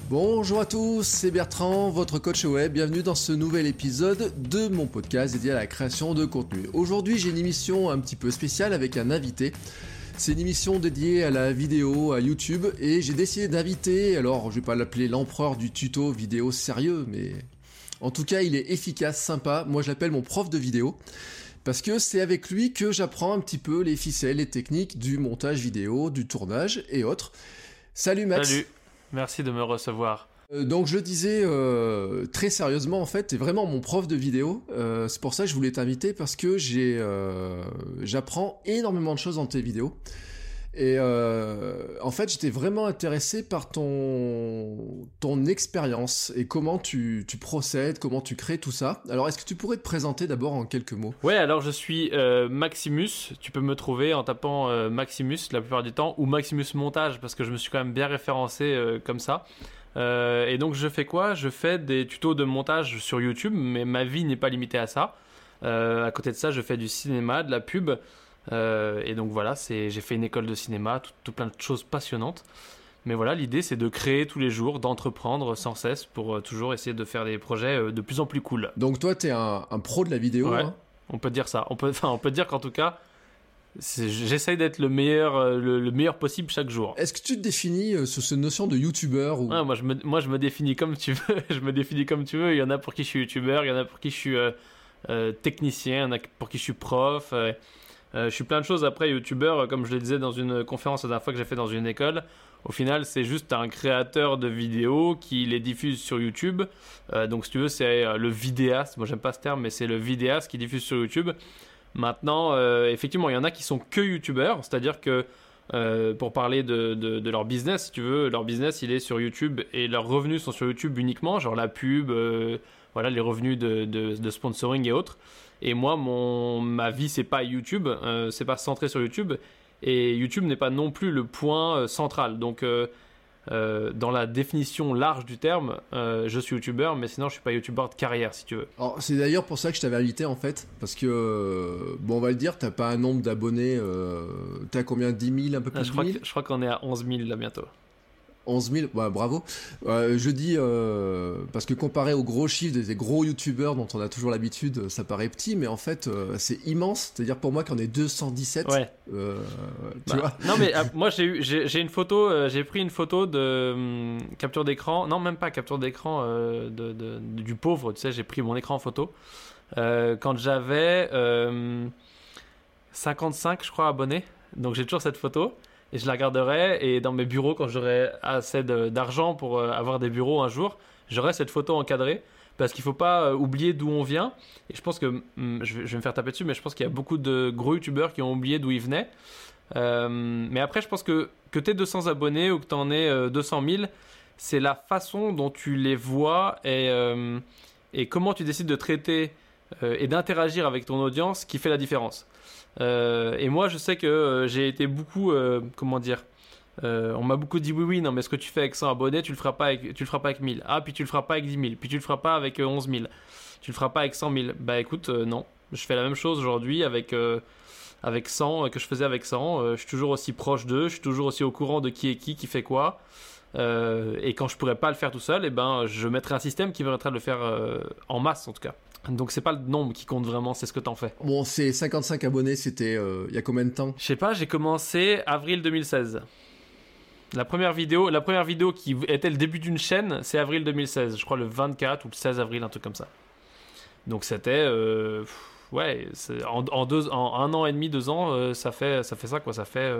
Bonjour à tous, c'est Bertrand, votre coach web. Bienvenue dans ce nouvel épisode de mon podcast dédié à la création de contenu. Aujourd'hui, j'ai une émission un petit peu spéciale avec un invité. C'est une émission dédiée à la vidéo, à YouTube, et j'ai décidé d'inviter, alors je vais pas l'appeler l'empereur du tuto vidéo sérieux, mais en tout cas, il est efficace, sympa. Moi, je l'appelle mon prof de vidéo. Parce que c'est avec lui que j'apprends un petit peu les ficelles, les techniques du montage vidéo, du tournage et autres. Salut Max. Salut, merci de me recevoir. Donc je le disais très sérieusement en fait, t'es vraiment mon prof de vidéo. C'est pour ça que je voulais t'inviter parce que j'apprends énormément de choses dans tes vidéos. Et en fait, j'étais vraiment intéressé par ton expérience et comment tu procèdes, comment tu crées tout ça. Alors, est-ce que tu pourrais te présenter d'abord en quelques mots ? Ouais, alors je suis Maximus. Tu peux me trouver en tapant Maximus la plupart du temps ou Maximus Montage parce que je me suis quand même bien référencé comme ça. Et donc, je fais quoi ? Je fais des tutos de montage sur YouTube, mais ma vie n'est pas limitée à ça. À côté de ça, je fais du cinéma, de la pub. Et donc voilà, j'ai fait une école de cinéma, tout plein de choses passionnantes. Mais voilà, l'idée c'est de créer tous les jours, d'entreprendre sans cesse pour toujours essayer de faire des projets de plus en plus cool. Donc toi, t'es un pro de la vidéo, ouais, hein ? On peut dire ça. On peut dire qu'en tout cas, j'essaye d'être le meilleur possible chaque jour. Est-ce que tu te définis sur cette notion de youtubeur ou... Ouais, moi je me définis comme tu veux. Je me définis comme tu veux. Il y en a pour qui je suis youtubeur, il y en a pour qui je suis technicien, il y en a pour qui je suis prof. Je suis plein de choses après youtubeur, comme je le disais dans une conférence la dernière fois que j'ai fait dans une école. Au final, c'est juste un créateur de vidéos qui les diffuse sur YouTube. Donc, si tu veux, c'est le vidéaste. Moi, j'aime pas ce terme, mais c'est le vidéaste qui diffuse sur YouTube. Maintenant, effectivement, il y en a qui sont que youtubeurs, c'est-à-dire que pour parler de leur business, si tu veux, leur business, il est sur YouTube et leurs revenus sont sur YouTube uniquement, genre la pub, voilà, les revenus de sponsoring et autres. Et moi, ma vie, c'est pas YouTube, c'est pas centré sur YouTube. Et YouTube n'est pas non plus le point central. Donc, dans la définition large du terme, je suis YouTubeur, mais sinon, je suis pas YouTubeur de carrière, si tu veux. Alors, c'est d'ailleurs pour ça que je t'avais invité, en fait. Parce que, bon, on va le dire, t'as pas un nombre d'abonnés. T'as combien ? 10 000, un peu plus de 1000 ? Je crois qu'on est à 11 000 là bientôt. 11 000, bah, bravo. Je dis parce que comparé aux gros chiffres des gros youtubeurs dont on a toujours l'habitude, ça paraît petit, mais en fait c'est immense. C'est-à-dire pour moi qu'on est 217. Ouais. Tu vois. Non mais moi j'ai une photo, j'ai pris une photo de capture d'écran, non même pas capture d'écran du pauvre, tu sais, j'ai pris mon écran en photo quand j'avais 55 je crois abonnés. Donc j'ai toujours cette photo. Et je la garderai, et dans mes bureaux, quand j'aurai assez d'argent pour avoir des bureaux un jour, j'aurai cette photo encadrée, parce qu'il ne faut pas oublier d'où on vient. Et je pense que, je vais me faire taper dessus, mais je pense qu'il y a beaucoup de gros youtubeurs qui ont oublié d'où ils venaient. Mais après, je pense que tu aies 200 abonnés ou que tu en aies 200 000, c'est la façon dont tu les vois et comment tu décides de traiter et d'interagir avec ton audience qui fait la différence. Et moi je sais que j'ai été beaucoup comment dire, on m'a beaucoup dit oui non mais ce que tu fais avec 100 abonnés tu le feras pas avec 1000, ah puis tu le feras pas avec 10 000, puis tu le feras pas avec 11 000, tu le feras pas avec 100 000. Bah écoute, non, je fais la même chose aujourd'hui avec 100 que je faisais avec 100. Je suis toujours aussi proche d'eux, je suis toujours aussi au courant de qui est qui fait quoi. Et quand je pourrais pas le faire tout seul, et ben je mettrai un système qui permettra de le faire en masse en tout cas. Donc c'est pas le nombre qui compte vraiment, c'est ce que t'en fais. Bon, c'est 55 abonnés, c'était il y a combien de temps ? Je sais pas, j'ai commencé avril 2016. La première vidéo qui était le début d'une chaîne, c'est avril 2016. Je crois le 24 ou le 16 avril, un truc comme ça. Donc c'était ouais, en un an et demi, 2 ans, ça fait ça quoi, ça fait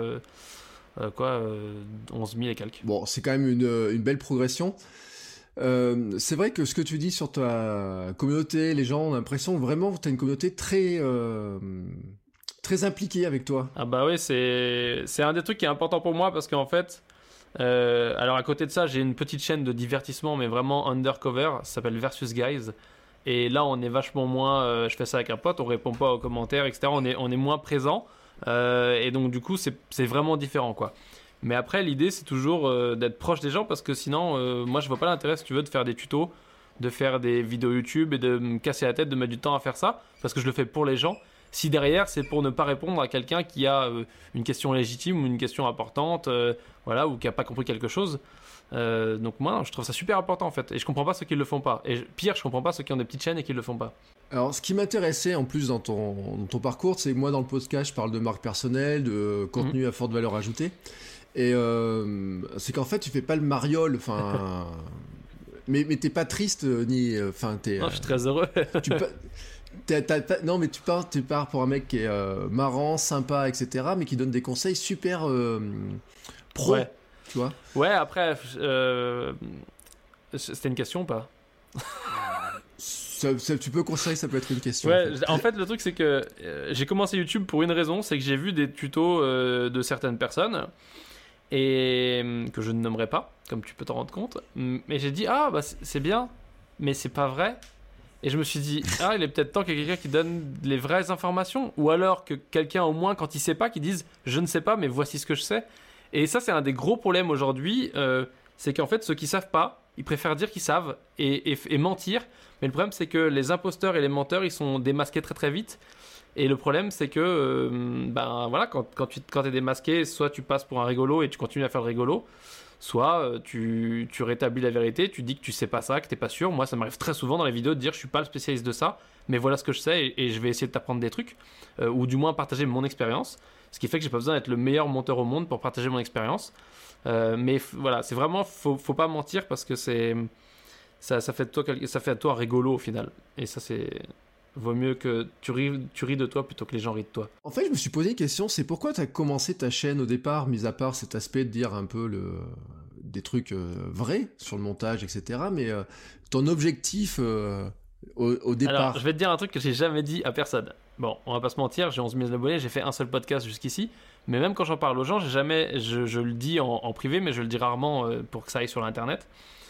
11 000 et quelques. Bon, c'est quand même une belle progression. C'est vrai que ce que tu dis sur ta communauté, les gens ont l'impression que vraiment tu as une communauté très impliquée avec toi. Ah bah oui, c'est un des trucs qui est important pour moi parce qu'en fait, alors à côté de ça, j'ai une petite chaîne de divertissement mais vraiment undercover, ça s'appelle Versus Guys. Et là, on est vachement moins. Je fais ça avec un pote, on répond pas aux commentaires, etc. On est moins présent. Et donc du coup, c'est vraiment différent, quoi. Mais après, l'idée, c'est toujours d'être proche des gens parce que sinon, moi, je vois pas l'intérêt, si tu veux, de faire des tutos, de faire des vidéos YouTube et de me casser la tête, de mettre du temps à faire ça parce que je le fais pour les gens. Si derrière, c'est pour ne pas répondre à quelqu'un qui a une question légitime ou une question importante, voilà, ou qui a pas compris quelque chose, Donc moi, je trouve ça super important en fait. Et je comprends pas ceux qui le font pas. Et pire, je comprends pas ceux qui ont des petites chaînes et qui le font pas. Alors, ce qui m'intéressait en plus dans ton parcours, c'est que moi dans le podcast, je parle de marque personnelle, de contenu à forte valeur ajoutée. Et c'est qu'en fait, tu fais pas le mariole, enfin. mais t'es pas triste, ni. Enfin, Non, je suis très heureux. Non, mais tu pars pour un mec qui est marrant, sympa, etc., mais qui donne des conseils super pro, Ouais. tu vois. Ouais, après, c'était une question ou pas? Tu peux considérer que ça peut être une question. Ouais, en fait, le truc, c'est que j'ai commencé YouTube pour une raison, c'est que j'ai vu des tutos de certaines personnes, et que je ne nommerai pas, comme tu peux t'en rendre compte, mais j'ai dit, ah, bah c'est bien, mais c'est pas vrai. Et je me suis dit, ah, il est peut-être temps qu'il y ait quelqu'un qui donne les vraies informations, ou alors que quelqu'un, au moins, quand il sait pas, qui dise, je ne sais pas, mais voici ce que je sais. Et ça, c'est un des gros problèmes aujourd'hui, c'est qu'en fait, ceux qui savent pas, ils préfèrent dire qu'ils savent et mentir. Mais le problème, c'est que les imposteurs et les menteurs, ils sont démasqués très très vite. Et le problème, c'est que, ben voilà, quand tu es démasqué, soit tu passes pour un rigolo et tu continues à faire le rigolo, soit tu rétablis la vérité, tu dis que tu sais pas ça, que t'es pas sûr. Moi, ça m'arrive très souvent dans les vidéos de dire je suis pas le spécialiste de ça, mais voilà ce que je sais et je vais essayer de t'apprendre des trucs, ou du moins partager mon expérience. Ce qui fait que j'ai pas besoin d'être le meilleur monteur au monde pour partager mon expérience. Mais voilà, c'est vraiment, faut pas mentir parce que ça fait de toi rigolo au final. Et ça, vaut mieux que tu ris de toi plutôt que les gens rient de toi. En fait, je me suis posé une question, c'est pourquoi tu as commencé ta chaîne au départ, mis à part cet aspect de dire un peu des trucs vrais sur le montage, etc. Mais ton objectif au départ... Alors, je vais te dire un truc que j'ai jamais dit à personne. Bon, on va pas se mentir, j'ai 11 000 abonnés, j'ai fait un seul podcast jusqu'ici. Mais même quand j'en parle aux gens, je le dis en privé, mais je le dis rarement pour que ça aille sur l'internet.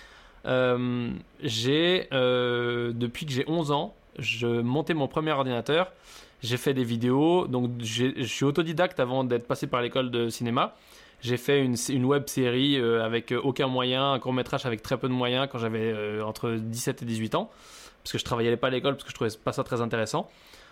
Depuis que j'ai 11 ans, je montais mon premier ordinateur, j'ai fait des vidéos, donc je suis autodidacte avant d'être passé par l'école de cinéma. J'ai fait une web série avec aucun moyen, un court métrage avec très peu de moyens quand j'avais entre 17 et 18 ans, parce que je travaillais pas à l'école, parce que je trouvais pas ça très intéressant.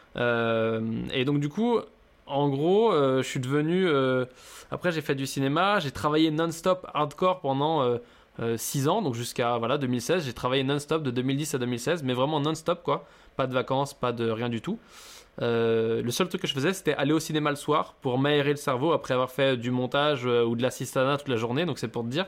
Et donc du coup, en gros, je suis devenu... après j'ai fait du cinéma, j'ai travaillé non-stop hardcore pendant 6 ans, donc jusqu'à 2016, j'ai travaillé non-stop de 2010 à 2016, mais vraiment non-stop quoi, pas de vacances, pas de rien du tout. Le seul truc que je faisais, c'était aller au cinéma le soir pour m'aérer le cerveau après avoir fait du montage ou de l'assistanat toute la journée, donc c'est pour te dire.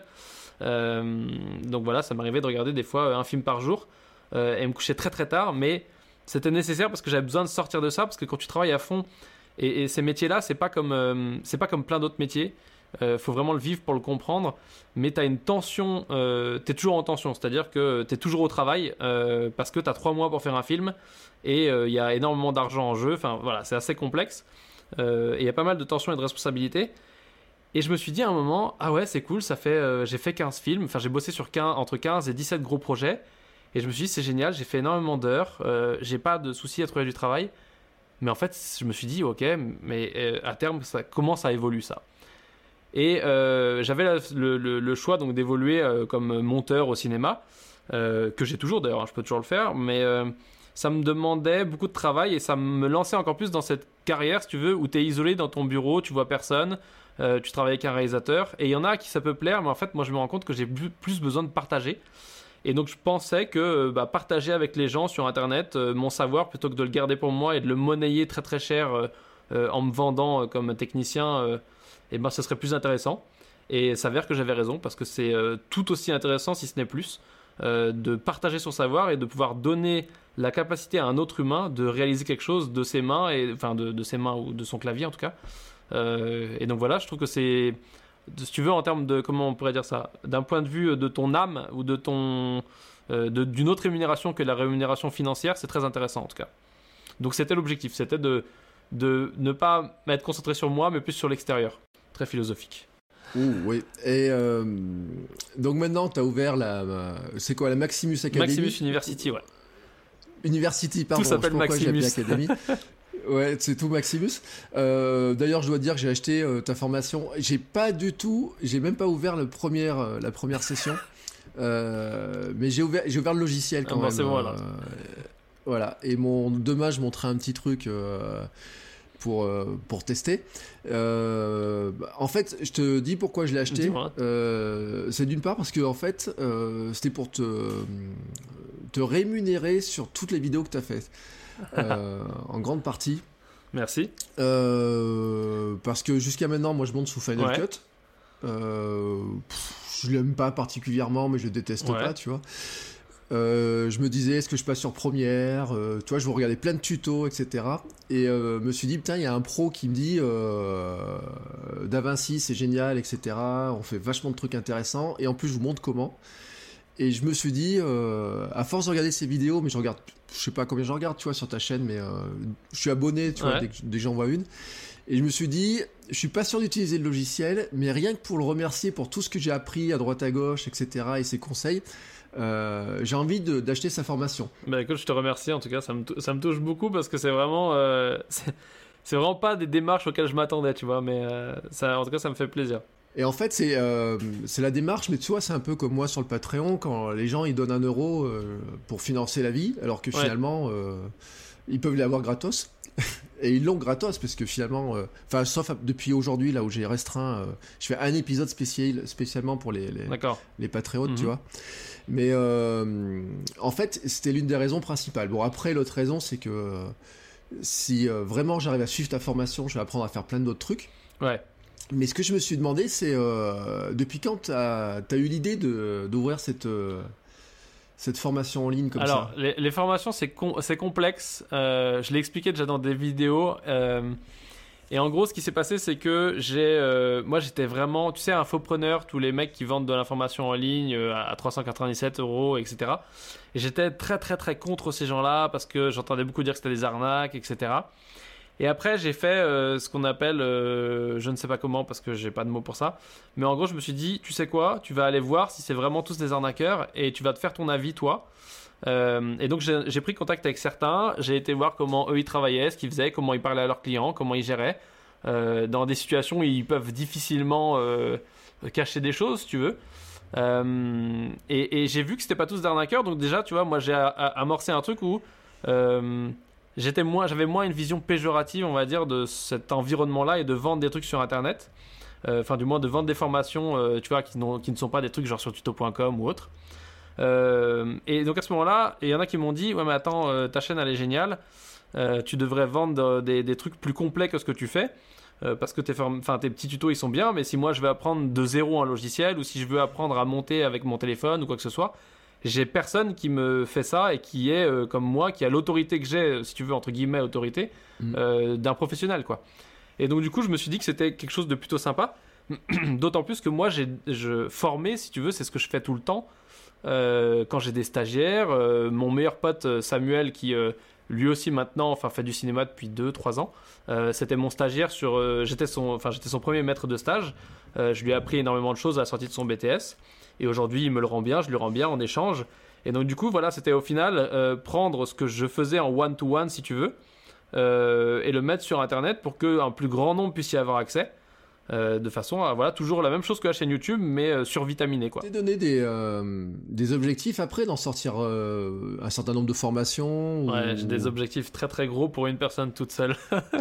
Donc voilà, ça m'arrivait de regarder des fois un film par jour et me coucher très très tard, mais c'était nécessaire parce que j'avais besoin de sortir de ça, parce que quand tu travailles à fond, et ces métiers-là, c'est pas comme plein d'autres métiers. Faut vraiment le vivre pour le comprendre, mais tu as une tension, tu es toujours en tension, c'est-à-dire que tu es toujours au travail parce que tu as 3 mois pour faire un film et il y a énormément d'argent en jeu, enfin voilà, c'est assez complexe et il y a pas mal de tensions et de responsabilités. Et je me suis dit à un moment, ah ouais, c'est cool, j'ai fait 15 films, enfin j'ai bossé sur entre 15 et 17 gros projets et je me suis dit, c'est génial, j'ai fait énormément d'heures, j'ai pas de soucis à trouver du travail, mais en fait, je me suis dit, ok, mais à terme, comment ça évolue ça? Et j'avais le choix donc d'évoluer comme monteur au cinéma, que j'ai toujours d'ailleurs, hein, je peux toujours le faire, mais ça me demandait beaucoup de travail et ça me lançait encore plus dans cette carrière, si tu veux, où tu es isolé dans ton bureau, tu vois personne, tu travailles avec un réalisateur, et il y en a à qui ça peut plaire, mais en fait moi je me rends compte que j'ai plus besoin de partager. Et donc je pensais que partager avec les gens sur internet mon savoir, plutôt que de le garder pour moi et de le monnayer très très cher en me vendant comme technicien, ce serait plus intéressant. Et il s'avère que j'avais raison, parce que c'est tout aussi intéressant, si ce n'est plus, de partager son savoir et de pouvoir donner la capacité à un autre humain de réaliser quelque chose de ses mains, de ses mains ou de son clavier en tout cas. Et donc voilà, je trouve que c'est, si tu veux, en termes de, comment on pourrait dire ça, d'un point de vue de ton âme ou de d'une autre rémunération que la rémunération financière, c'est très intéressant en tout cas. Donc c'était l'objectif, c'était de ne pas m'être concentré sur moi, mais plus sur l'extérieur. Très philosophique. Oui. Et donc maintenant, tu as ouvert c'est quoi, la Maximus Academy? Maximus University, ouais. University, pardon. Tout s'appelle Maximus. Academy. Ouais, c'est tout Maximus. D'ailleurs, je dois dire que j'ai acheté ta formation. J'ai même pas ouvert la première session. Mais j'ai ouvert le logiciel quand même. C'est bon, alors. Voilà. Et demain, je montrerai un petit truc pour tester. En fait, je te dis pourquoi je l'ai acheté. C'est d'une part parce que en fait, c'était pour te rémunérer sur toutes les vidéos que tu as faites. En grande partie. Merci. Parce que jusqu'à maintenant, moi je monte sous Final Cut. Je l'aime pas particulièrement, mais je le déteste pas, tu vois. Je me disais, est-ce que je passe sur Première, tu vois, je vous regardais plein de tutos, etc. Et me suis dit, putain, il y a un pro qui me dit DaVinci, c'est génial, etc. On fait vachement de trucs intéressants. Et en plus, je vous montre comment. Et je me suis dit, à force de regarder ces vidéos, mais je regarde, je sais pas combien je regarde, tu vois, sur ta chaîne, mais je suis abonné, tu vois, dès que j'en vois une. Et je me suis dit, je suis pas sûr d'utiliser le logiciel, mais rien que pour le remercier pour tout ce que j'ai appris à droite à gauche, etc. et ses conseils, j'ai envie d'acheter sa formation. Bah écoute, je te remercie, en tout cas, ça me touche beaucoup parce que c'est vraiment, c'est vraiment pas des démarches auxquelles je m'attendais, tu vois, mais en tout cas, ça me fait plaisir. Et en fait, c'est la démarche, mais tu vois, c'est un peu comme moi sur le Patreon, quand les gens ils donnent 1 euro pour financer la vie, alors que finalement, ils peuvent l'avoir gratos. Et ils l'ont gratos, parce que finalement, sauf depuis aujourd'hui, là où j'ai restreint, je fais un épisode spécialement pour les Patreons, tu vois. Mais en fait, c'était l'une des raisons principales. Bon, après, l'autre raison, c'est que si vraiment j'arrive à suivre ta formation, je vais apprendre à faire plein d'autres trucs. Ouais. Mais ce que je me suis demandé, c'est depuis quand t'as eu l'idée d'ouvrir cette formation en ligne comme ça? Alors, les formations, c'est complexe. Je l'ai expliqué déjà dans des vidéos. Et en gros, ce qui s'est passé, c'est que moi, j'étais vraiment, tu sais, infopreneur, tous les mecs qui vendent de l'information en ligne à 397 €, etc. Et j'étais très, très, très contre ces gens-là parce que j'entendais beaucoup dire que c'était des arnaques, etc. Et après, j'ai fait ce qu'on appelle, je ne sais pas comment parce que j'ai pas de mots pour ça, mais en gros, je me suis dit, tu sais quoi, tu vas aller voir si c'est vraiment tous des arnaqueurs et tu vas te faire ton avis, toi. Et donc, j'ai pris contact avec certains, j'ai été voir comment eux ils travaillaient, ce qu'ils faisaient, comment ils parlaient à leurs clients, comment ils géraient, dans des situations où ils peuvent difficilement cacher des choses, si tu veux. Et j'ai vu que c'était pas tous des arnaqueurs, donc déjà, tu vois, moi j'ai amorcé un truc où j'avais moins une vision péjorative, on va dire, de cet environnement-là et de vendre des trucs sur Internet. Enfin, du moins de vendre des formations, tu vois, qui ne sont pas des trucs genre sur tuto.com ou autre. Et donc à ce moment-là, il y en a qui m'ont dit, ouais mais attends, ta chaîne elle est géniale, tu devrais vendre des trucs plus complets que ce que tu fais. Parce que tes petits tutos ils sont bien, mais si moi je veux apprendre de zéro un logiciel ou si je veux apprendre à monter avec mon téléphone ou quoi que ce soit, j'ai personne qui me fait ça et qui est comme moi, qui a l'autorité que j'ai, si tu veux, entre guillemets, autorité, d'un professionnel, quoi. Et donc, du coup, je me suis dit que c'était quelque chose de plutôt sympa. D'autant plus que moi, je formais, si tu veux, c'est ce que je fais tout le temps. Quand j'ai des stagiaires, mon meilleur pote Samuel, qui lui aussi maintenant fait du cinéma depuis 2-3 ans, c'était mon stagiaire j'étais son premier maître de stage. Je lui ai appris énormément de choses à la sortie de son BTS. Et aujourd'hui, il me le rend bien, je lui rends bien, on échange. Et donc, du coup, voilà, c'était au final prendre ce que je faisais en one-to-one, si tu veux, et le mettre sur Internet pour qu'un plus grand nombre puisse y avoir accès. De façon à, voilà, toujours la même chose que la chaîne YouTube, mais survitaminée, quoi. Tu t'es donné des objectifs après d'en sortir un certain nombre de formations Ouais, j'ai des objectifs très très gros pour une personne toute seule.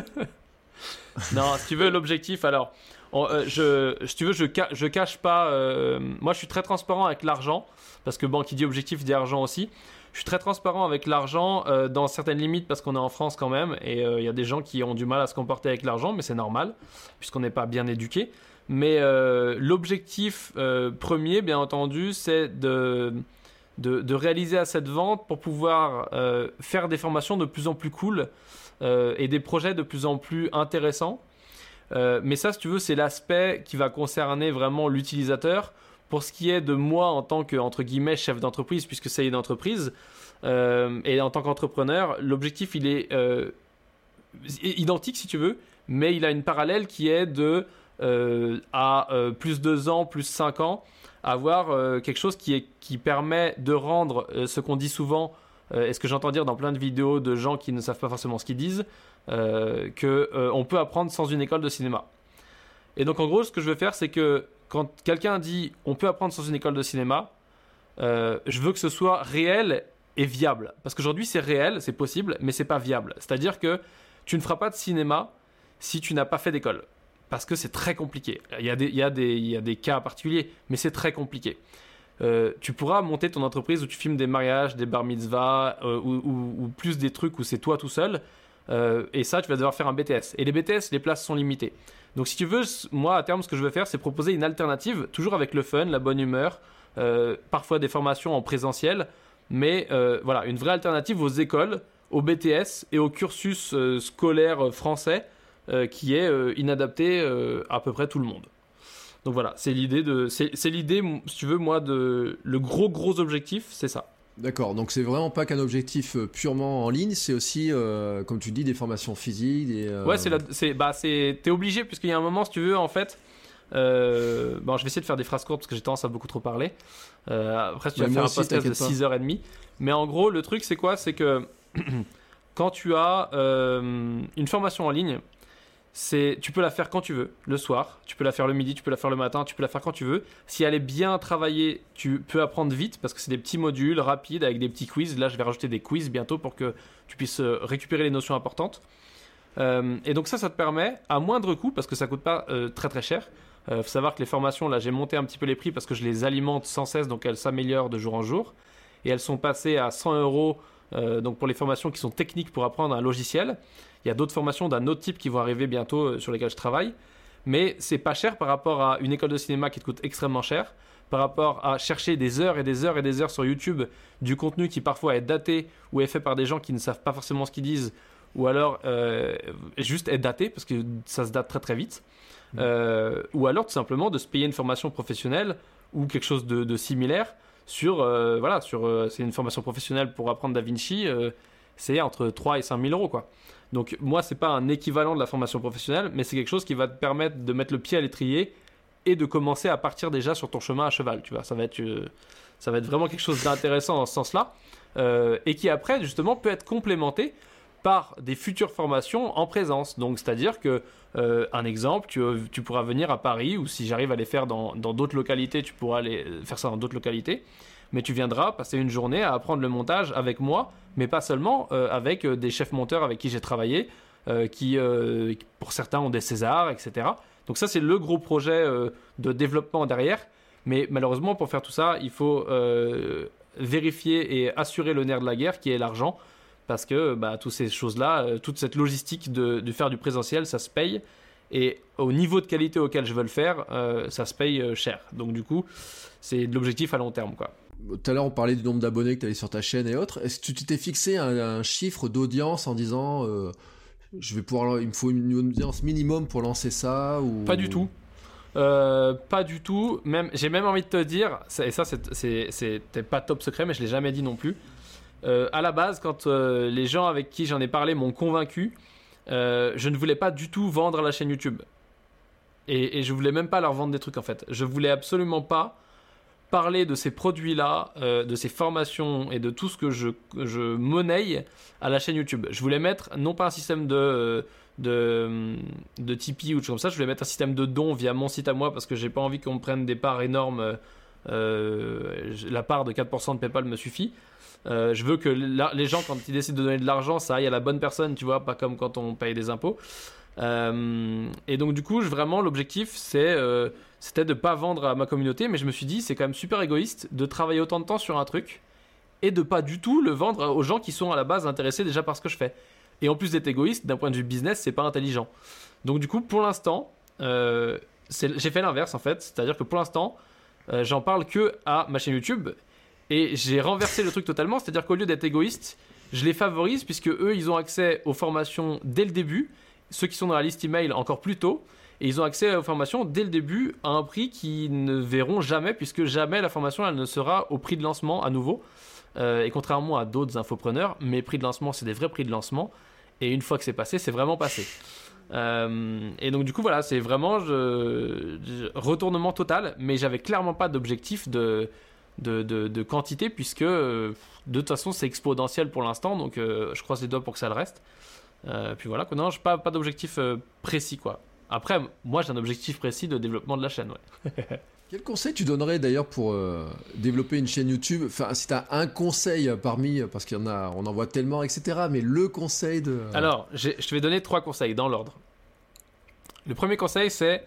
Non, si tu veux, l'objectif, alors... si tu veux, je cache pas. Moi, je suis très transparent avec l'argent parce que bon, qui dit objectif dit argent aussi. Je suis très transparent avec l'argent dans certaines limites parce qu'on est en France quand même et il y a des gens qui ont du mal à se comporter avec l'argent, mais c'est normal puisqu'on n'est pas bien éduqué. Mais l'objectif premier, bien entendu, c'est de réaliser assez de ventes pour pouvoir faire des formations de plus en plus cool et des projets de plus en plus intéressants. Mais ça, si tu veux, c'est l'aspect qui va concerner vraiment l'utilisateur. Pour ce qui est de moi en tant que, entre guillemets, chef d'entreprise, puisque c'est une entreprise, et en tant qu'entrepreneur, l'objectif, il est identique, si tu veux, mais il a une parallèle qui est à plus 2 ans, plus 5 ans, avoir quelque chose qui permet de rendre ce qu'on dit souvent, et ce que j'entends dire dans plein de vidéos de gens qui ne savent pas forcément ce qu'ils disent, qu'on peut apprendre sans une école de cinéma. Et donc en gros, ce que je veux faire, c'est que quand quelqu'un dit on peut apprendre sans une école de cinéma, je veux que ce soit réel et viable. Parce qu'aujourd'hui c'est réel, c'est possible, mais c'est pas viable. C'est-à-dire que tu ne feras pas de cinéma si tu n'as pas fait d'école. Parce que c'est très compliqué. Il y a des cas particuliers, mais c'est très compliqué. Tu pourras monter ton entreprise où tu filmes des mariages, des bar mitzvahs, ou plus des trucs où c'est toi tout seul. Et ça, tu vas devoir faire un BTS. Et les BTS, les places sont limitées. Donc si tu veux, moi à terme, ce que je veux faire, c'est proposer une alternative, toujours avec le fun, la bonne humeur, parfois des formations en présentiel, mais voilà, une vraie alternative aux écoles, au BTS et au cursus scolaire français qui est inadapté à peu près tout le monde. Donc voilà, c'est l'idée, si tu veux, moi, le gros objectif, c'est ça. D'accord, donc c'est vraiment pas qu'un objectif purement en ligne, c'est aussi, comme tu dis, des formations physiques. Ouais, t'es obligé, puisqu'il y a un moment, si tu veux, en fait. Bon, je vais essayer de faire des phrases courtes parce que j'ai tendance à beaucoup trop parler. Après, tu vas faire un podcast de 6h30. Mais en gros, le truc, c'est quoi? C'est que quand tu as une formation en ligne, tu peux la faire quand tu veux, le soir, tu peux la faire le midi, tu peux la faire le matin, tu peux la faire quand tu veux. Si elle est bien travaillée, tu peux apprendre vite parce que c'est des petits modules rapides avec des petits quiz. Là, je vais rajouter des quiz bientôt pour que tu puisses récupérer les notions importantes. Et donc ça te permet à moindre coût, parce que ça coûte pas très très cher. Faut savoir que les formations, là, j'ai monté un petit peu les prix parce que je les alimente sans cesse, donc elles s'améliorent de jour en jour. Et elles sont passées à 100 €, donc pour les formations qui sont techniques pour apprendre un logiciel. Il y a d'autres formations d'un autre type qui vont arriver bientôt sur lesquelles je travaille. Mais c'est pas cher par rapport à une école de cinéma qui te coûte extrêmement cher, par rapport à chercher des heures et des heures et des heures sur YouTube du contenu qui parfois est daté ou est fait par des gens qui ne savent pas forcément ce qu'ils disent, ou alors juste être daté parce que ça se date très très vite, ou alors tout simplement de se payer une formation professionnelle ou quelque chose de similaire sur c'est une formation professionnelle pour apprendre DaVinci, c'est entre 3 et 5 000 € quoi. Donc moi c'est pas un équivalent de la formation professionnelle, mais c'est quelque chose qui va te permettre de mettre le pied à l'étrier et de commencer à partir déjà sur ton chemin à cheval, tu vois. Ça va être vraiment quelque chose d'intéressant dans ce sens-là, et qui après justement peut être complémenté par des futures formations en présence. Donc c'est-à-dire que un exemple, tu pourras venir à Paris, ou si j'arrive à les faire dans d'autres localités, tu pourras aller faire ça dans d'autres localités, mais tu viendras passer une journée à apprendre le montage avec moi, mais pas seulement, avec des chefs monteurs avec qui j'ai travaillé, qui pour certains ont des Césars, etc. Donc ça c'est le gros projet de développement derrière, mais malheureusement pour faire tout ça il faut vérifier et assurer le nerf de la guerre qui est l'argent, parce que toutes ces choses-là, toute cette logistique de faire du présentiel, ça se paye, et au niveau de qualité auquel je veux le faire, ça se paye cher. Donc du coup c'est de l'objectif à long terme quoi. Tout à l'heure, on parlait du nombre d'abonnés que tu avais sur ta chaîne et autres. Est-ce que tu t'es fixé un chiffre d'audience en disant il me faut une audience minimum pour lancer ça ou... Pas du tout. Pas du tout. J'ai même envie de te dire, et ça c'était pas top secret, mais je l'ai jamais dit non plus. À la base, quand les gens avec qui j'en ai parlé m'ont convaincu, je ne voulais pas du tout vendre la chaîne YouTube. Et je voulais même pas leur vendre des trucs en fait. Je voulais absolument pas parler de ces produits-là, de ces formations et de tout ce que je monnaie à la chaîne YouTube. Je voulais mettre non pas un système de Tipeee ou de choses comme ça, je voulais mettre un système de dons via mon site à moi, parce que j'ai pas envie qu'on me prenne des parts énormes. La part de 4% de PayPal me suffit. Je veux que les gens, quand ils décident de donner de l'argent, ça aille à la bonne personne, tu vois, pas comme quand on paye des impôts. Et donc du coup vraiment l'objectif c'était de pas vendre à ma communauté, mais je me suis dit c'est quand même super égoïste de travailler autant de temps sur un truc et de pas du tout le vendre aux gens qui sont à la base intéressés déjà par ce que je fais. Et en plus d'être égoïste, d'un point de vue business, c'est pas intelligent. Donc du coup pour l'instant j'ai fait l'inverse en fait, c'est-à-dire que pour l'instant j'en parle que à ma chaîne YouTube, et j'ai renversé le truc totalement, c'est-à-dire qu'au lieu d'être égoïste, je les favorise, puisque eux ils ont accès aux formations dès le début, ceux qui sont dans la liste email encore plus tôt, et ils ont accès aux formations dès le début à un prix qu'ils ne verront jamais, puisque jamais la formation elle ne sera au prix de lancement à nouveau. Et contrairement à d'autres infopreneurs, mes prix de lancement c'est des vrais prix de lancement, et une fois que c'est passé, c'est vraiment passé. Et donc du coup voilà, c'est vraiment retournement total, mais j'avais clairement pas d'objectif de quantité, puisque de toute façon c'est exponentiel pour l'instant, donc je croise les doigts pour que ça le reste. Puis voilà, non, j'ai pas d'objectif précis quoi. Après, moi j'ai un objectif précis de développement de la chaîne, ouais. Quel conseil tu donnerais d'ailleurs pour développer une chaîne YouTube? Enfin, si tu as un conseil parmi, parce qu'il y en a, on en voit tellement, etc. Mais le conseil de... Alors, je vais donner 3 conseils dans l'ordre. Le premier conseil, c'est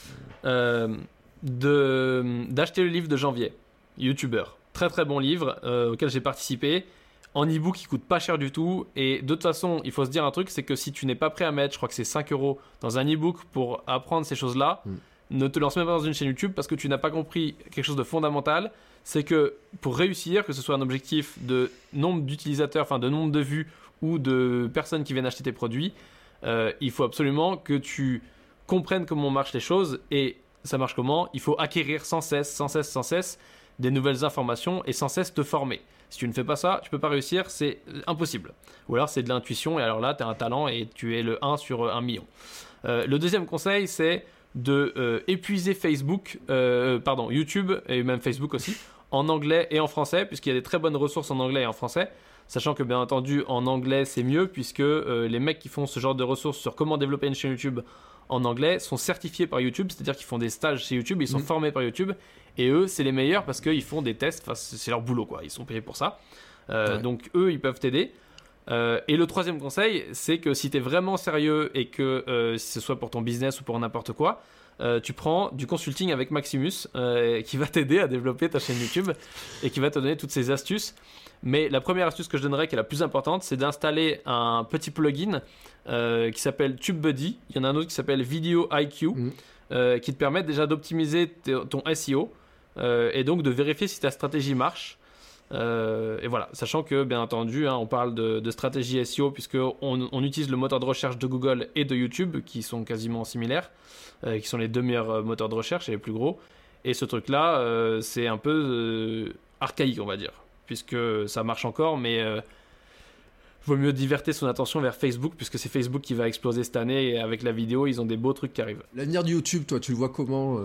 d'acheter le livre de Janvier, YouTuber. Très très bon livre auquel j'ai participé. En e-book, il coûte pas cher du tout. Et de toute façon, il faut se dire un truc, c'est que si tu n'es pas prêt à mettre, je crois que c'est 5 € dans un e-book pour apprendre ces choses-là, ne te lance même pas dans une chaîne YouTube parce que tu n'as pas compris quelque chose de fondamental. C'est que pour réussir, que ce soit un objectif de nombre d'utilisateurs, enfin de nombre de vues ou de personnes qui viennent acheter tes produits, il faut absolument que tu comprennes comment marchent les choses. Et ça marche comment ? Il faut acquérir sans cesse des nouvelles informations et sans cesse te former. Si tu ne fais pas ça, tu ne peux pas réussir, c'est impossible. Ou alors c'est de l'intuition et alors là, tu as un talent et tu es le 1 sur 1 million. Le deuxième conseil, c'est de épuiser YouTube et même Facebook aussi, en anglais et en français, puisqu'il y a des très bonnes ressources en anglais et en français. Sachant que bien entendu, en anglais, c'est mieux, puisque les mecs qui font ce genre de ressources sur comment développer une chaîne YouTube en anglais sont certifiés par YouTube, c'est-à-dire qu'ils font des stages chez YouTube, ils sont formés par YouTube. Et eux, c'est les meilleurs parce qu'ils font des tests, enfin, c'est leur boulot, quoi. Ils sont payés pour ça. Donc, eux, ils peuvent t'aider. Et le troisième conseil, c'est que si tu es vraiment sérieux et que si ce soit pour ton business ou pour n'importe quoi, tu prends du consulting avec Maximus qui va t'aider à développer ta chaîne YouTube et qui va te donner toutes ces astuces. Mais la première astuce que je donnerais, qui est la plus importante, c'est d'installer un petit plugin qui s'appelle TubeBuddy. Il y en a un autre qui s'appelle Video IQ qui te permet déjà d'optimiser ton SEO. Et donc de vérifier si ta stratégie marche. Et voilà, sachant que bien entendu, on parle de stratégie SEO puisqu'on utilise le moteur de recherche de Google et de YouTube qui sont quasiment similaires, qui sont les deux meilleurs moteurs de recherche et les plus gros. Et ce truc-là, c'est un peu archaïque, on va dire, puisque ça marche encore, mais vaut mieux divertir son attention vers Facebook puisque c'est Facebook qui va exploser cette année et avec la vidéo, ils ont des beaux trucs qui arrivent. L'avenir de YouTube, toi, tu le vois comment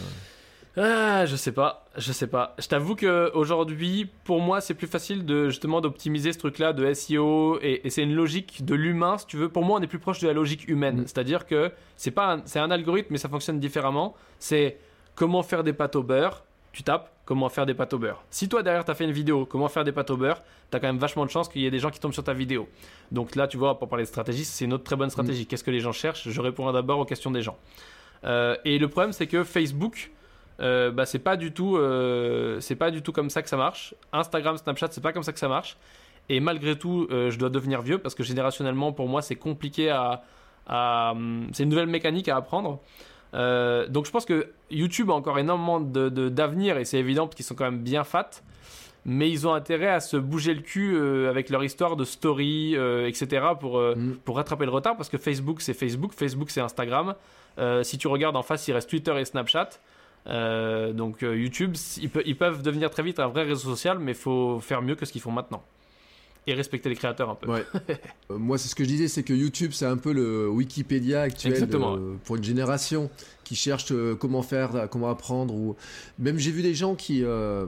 je sais pas. Je t'avoue qu'aujourd'hui, pour moi, c'est plus facile justement d'optimiser ce truc-là de SEO et c'est une logique de l'humain, si tu veux. Pour moi, on est plus proche de la logique humaine. C'est-à-dire que c'est un algorithme, mais ça fonctionne différemment. C'est comment faire des pâtes au beurre. Tu tapes comment faire des pâtes au beurre. Si toi, derrière, tu as fait une vidéo, comment faire des pâtes au beurre, tu as quand même vachement de chance qu'il y ait des gens qui tombent sur ta vidéo. Donc là, tu vois, pour parler de stratégie, c'est une autre très bonne stratégie. Qu'est-ce que les gens cherchent ? Je réponds d'abord aux questions des gens. Et le problème, c'est que Facebook... c'est pas du tout comme ça que ça marche. Instagram, Snapchat, c'est pas comme ça que ça marche. Et malgré tout, je dois devenir vieux parce que générationnellement, pour moi, c'est compliqué c'est une nouvelle mécanique à apprendre. Donc je pense que YouTube a encore énormément d'avenir et c'est évident parce qu'ils sont quand même bien fat. Mais ils ont intérêt à se bouger le cul avec leur histoire de story, etc. pour rattraper le retard parce que Facebook, c'est Instagram. Si tu regardes en face, il reste Twitter et Snapchat. Donc YouTube, ils peuvent devenir très vite un vrai réseau social, mais il faut faire mieux que ce qu'ils font maintenant. Et respecter les créateurs un peu. Ouais. Moi, c'est ce que je disais, c'est que YouTube, c'est un peu le Wikipédia actuel pour une génération qui cherche comment faire, comment apprendre. Ou... Même j'ai vu des gens qui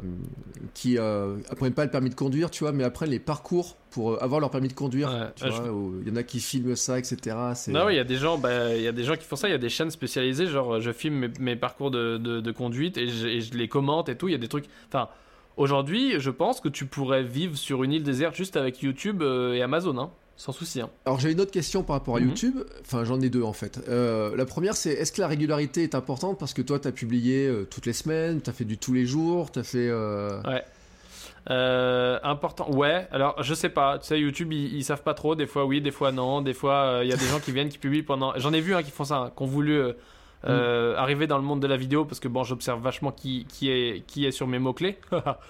apprennent pas le permis de conduire, tu vois, mais apprennent les parcours pour avoir leur permis de conduire. Ouais, tu vois, il y en a qui filment ça, etc. Non, il y a des gens qui font ça. Il y a des chaînes spécialisées, genre je filme mes parcours de conduite et je les commente et tout. Il y a des trucs. Enfin. Aujourd'hui, je pense que tu pourrais vivre sur une île déserte juste avec YouTube et Amazon, sans souci. Alors j'ai une autre question par rapport à YouTube, enfin j'en ai deux en fait. La première c'est, est-ce que la régularité est importante parce que toi tu as publié toutes les semaines, tu as fait du tous les jours, tu as fait... Ouais. Important, ouais, alors je sais pas, tu sais YouTube ils savent pas trop, des fois oui, des fois non, des fois il y a des gens qui viennent, qui publient pendant... J'en ai vu qui font ça, qui ont voulu... arriver dans le monde de la vidéo parce que bon j'observe vachement qui est sur mes mots-clés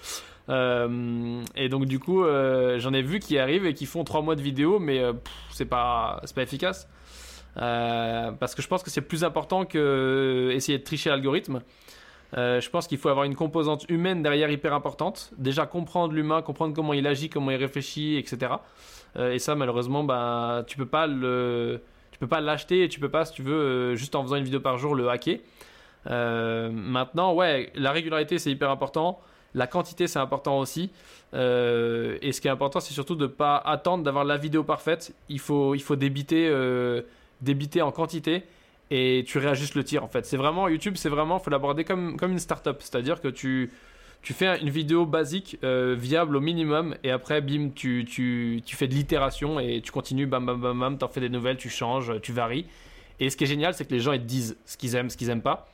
et donc du coup j'en ai vu qui arrivent et qui font 3 mois de vidéo mais c'est pas efficace parce que je pense que c'est plus important que essayer de tricher l'algorithme. Je pense qu'il faut avoir une composante humaine derrière hyper importante, déjà comprendre l'humain, comprendre comment il agit, comment il réfléchit, etc. Et ça malheureusement tu peux pas l'acheter et tu peux pas, si tu veux, juste en faisant une vidéo par jour, le hacker. Maintenant, ouais, la régularité, c'est hyper important. La quantité, c'est important aussi. Et ce qui est important, c'est surtout de ne pas attendre d'avoir la vidéo parfaite. Il faut débiter en quantité et tu réajustes le tir, en fait. YouTube, faut l'aborder comme une start-up. C'est-à-dire que tu fais une vidéo basique, viable au minimum, et après, bim, tu fais de l'itération et tu continues, bam, bam, bam, bam, t'en fais des nouvelles, tu changes, tu varies. Et ce qui est génial, c'est que les gens ils te disent ce qu'ils aiment, ce qu'ils aiment pas.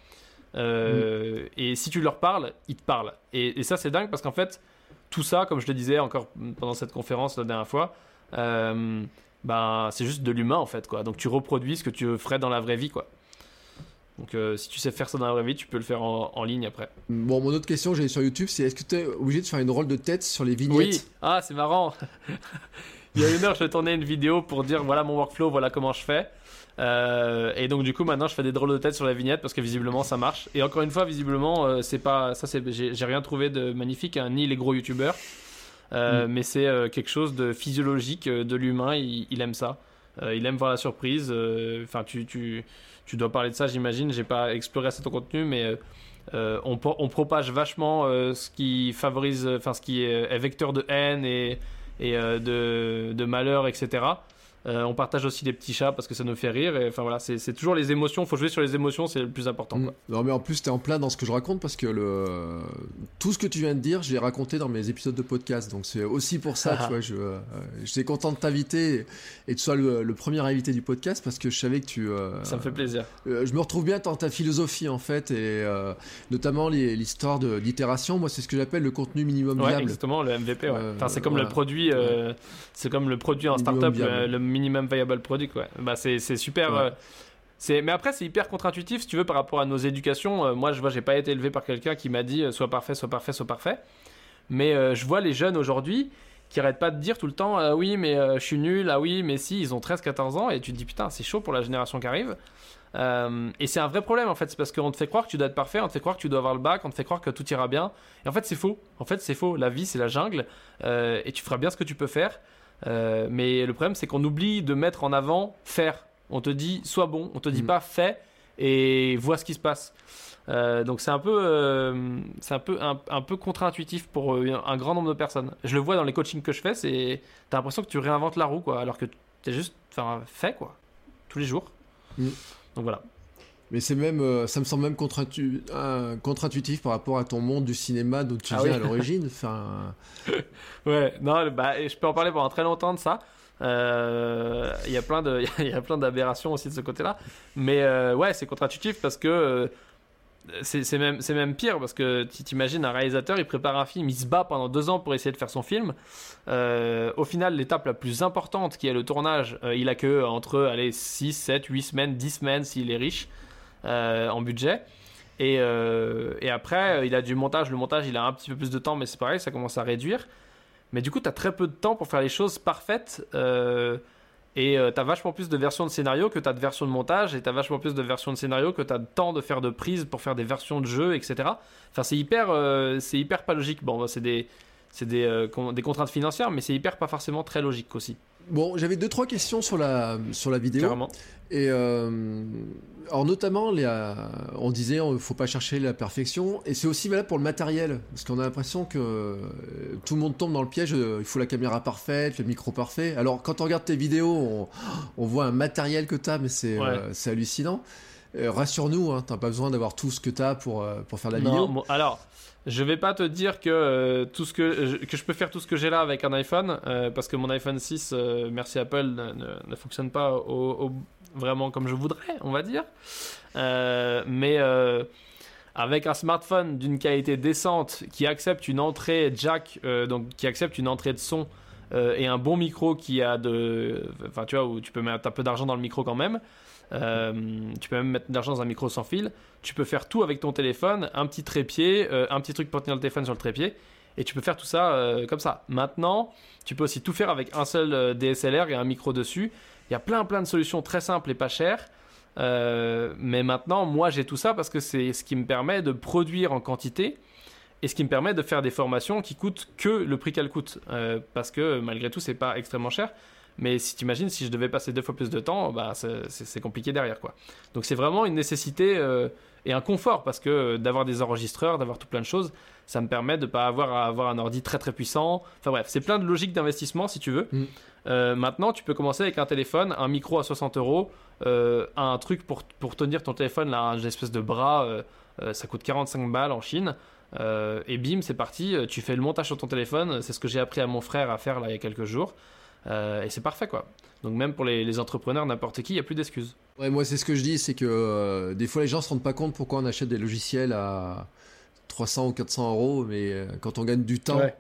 Et si tu leur parles, ils te parlent. Et ça, c'est dingue parce qu'en fait, tout ça, comme je le disais encore pendant cette conférence la dernière fois, c'est juste de l'humain en fait, quoi. Donc tu reproduis ce que tu ferais dans la vraie vie, quoi. Donc si tu sais faire ça dans la vraie vie, tu peux le faire en ligne après. Bon, mon autre question, j'ai sur YouTube, c'est est-ce que tu es obligé de faire une roll de tête sur les vignettes? Oui, ah c'est marrant. Il y a 1 heure, je tournais une vidéo pour dire voilà mon workflow, voilà comment je fais. Et donc du coup maintenant je fais des drôles de tête sur la vignette parce que visiblement ça marche. Et encore une fois, visiblement c'est pas ça, j'ai rien trouvé de magnifique, hein, ni les gros youtubeurs. Mais c'est quelque chose de physiologique de l'humain. Il aime ça. Il aime voir la surprise. Enfin, tu dois parler de ça, j'imagine. J'ai pas exploré assez ton contenu, mais on propage vachement ce qui favorise, enfin ce qui est vecteur de haine et de malheur, etc. On partage aussi des petits chats parce que ça nous fait rire. Et, enfin voilà, c'est toujours les émotions. Faut jouer sur les émotions, c'est le plus important, quoi. Non, mais en plus, t'es en plein dans ce que je raconte parce que tout ce que tu viens de dire, j'ai raconté dans mes épisodes de podcast. Donc c'est aussi pour ça, tu vois, j'étais content de t'inviter et que tu sois le premier invité du podcast parce que je savais que ça me fait plaisir. Je me retrouve bien dans ta philosophie en fait et notamment l'histoire de l'itération. Moi, c'est ce que j'appelle le contenu minimum viable. Ouais, exactement, le MVP. Ouais. Enfin, c'est comme le produit. C'est comme le produit en startup, le minimum viable product, ouais. Bah c'est super. Ouais. Mais après c'est hyper contre-intuitif si tu veux par rapport à nos éducations. Moi je vois, j'ai pas été élevé par quelqu'un qui m'a dit sois parfait, sois parfait, sois parfait. Mais je vois les jeunes aujourd'hui qui arrêtent pas de dire tout le temps oui mais je suis nul, ah oui mais si, ils ont 13-14 ans et tu te dis putain c'est chaud pour la génération qui arrive. Et c'est un vrai problème en fait, c'est parce qu'on te fait croire que tu dois être parfait, on te fait croire que tu dois avoir le bac, on te fait croire que tout ira bien. Et en fait c'est faux. La vie c'est la jungle et tu feras bien ce que tu peux faire. Mais le problème c'est qu'on oublie de mettre en avant faire. On te dit sois bon, on te dit pas fais et vois ce qui se passe. Donc c'est un peu contre-intuitif pour un grand nombre de personnes. Je le vois dans les coachings que je fais, t'as l'impression que tu réinventes la roue, quoi, alors que t'es juste fait, quoi, tous les jours. Donc voilà. Mais c'est même, ça me semble même contre-intuitif par rapport à ton monde du cinéma dont tu viens à l'origine. Ouais, non, je peux en parler pendant très longtemps de ça. Il y a plein d'aberrations aussi de ce côté-là. Mais ouais, c'est contre-intuitif parce que c'est même pire parce que tu t'imagines un réalisateur, il prépare un film, il se bat pendant 2 ans pour essayer de faire son film. Au final, l'étape la plus importante qui est le tournage, il a que entre 6, 7, 8 semaines, 10 semaines s'il est riche. En budget et après il a du montage. Le montage il a un petit peu plus de temps mais c'est pareil, ça commence à réduire, mais du coup t'as très peu de temps pour faire les choses parfaites et t'as vachement plus de versions de scénario que t'as de versions de montage et t'as vachement plus de versions de scénario que t'as de temps de faire de prises pour faire des versions de jeu, etc. Enfin c'est hyper pas logique. Bon c'est des contraintes financières mais c'est hyper pas forcément très logique aussi. Bon, j'avais 2-3 questions sur la vidéo. Carrément. Et alors notamment, on disait il ne faut pas chercher la perfection. Et c'est aussi valable pour le matériel. Parce qu'on a l'impression que tout le monde tombe dans le piège. Il faut la caméra parfaite, le micro parfait. Alors quand on regarde tes vidéos, on voit un matériel que tu as, mais c'est hallucinant. Rassure-nous, hein, tu n'as pas besoin d'avoir tout ce que tu as pour faire la vidéo. Bon, alors... Je vais pas te dire que que je peux faire tout ce que j'ai là avec un iPhone parce que mon iPhone 6, merci Apple, ne fonctionne pas vraiment comme je voudrais, on va dire. Mais avec un smartphone d'une qualité décente qui accepte une entrée jack, donc qui accepte une entrée de son et un bon micro qui a enfin tu vois, où tu peux mettre un peu d'argent dans le micro quand même. Tu peux même mettre de l'argent dans un micro sans fil. Tu peux faire tout avec ton téléphone, un petit trépied, un petit truc pour tenir le téléphone sur le trépied, et tu peux faire tout ça comme ça. Maintenant, tu peux aussi tout faire avec un seul DSLR et un micro dessus. Il y a plein de solutions très simples et pas chères. Mais maintenant, moi j'ai tout ça parce que c'est ce qui me permet de produire en quantité et ce qui me permet de faire des formations qui coûtent que le prix qu'elles coûtent. Parce que malgré tout, c'est pas extrêmement cher. Mais si tu imagines, si je devais passer 2 fois plus de temps, c'est compliqué derrière, quoi. Donc c'est vraiment une nécessité et un confort parce que d'avoir des enregistreurs, d'avoir tout plein de choses, ça me permet de ne pas avoir à avoir un ordi très très puissant. Enfin bref, c'est plein de logiques d'investissement si tu veux. Maintenant, tu peux commencer avec un téléphone, un micro à 60 €, un truc pour tenir ton téléphone, là, une espèce de bras, ça coûte 45 balles en Chine. Et bim, c'est parti, tu fais le montage sur ton téléphone. C'est ce que j'ai appris à mon frère à faire là, il y a quelques jours. Et c'est parfait, quoi. Donc même pour les entrepreneurs, n'importe qui, il n'y a plus d'excuses. Ouais, moi c'est ce que je dis, c'est que des fois les gens se rendent pas compte pourquoi on achète des logiciels à 300 ou 400 euros, mais quand on gagne du temps. Ouais.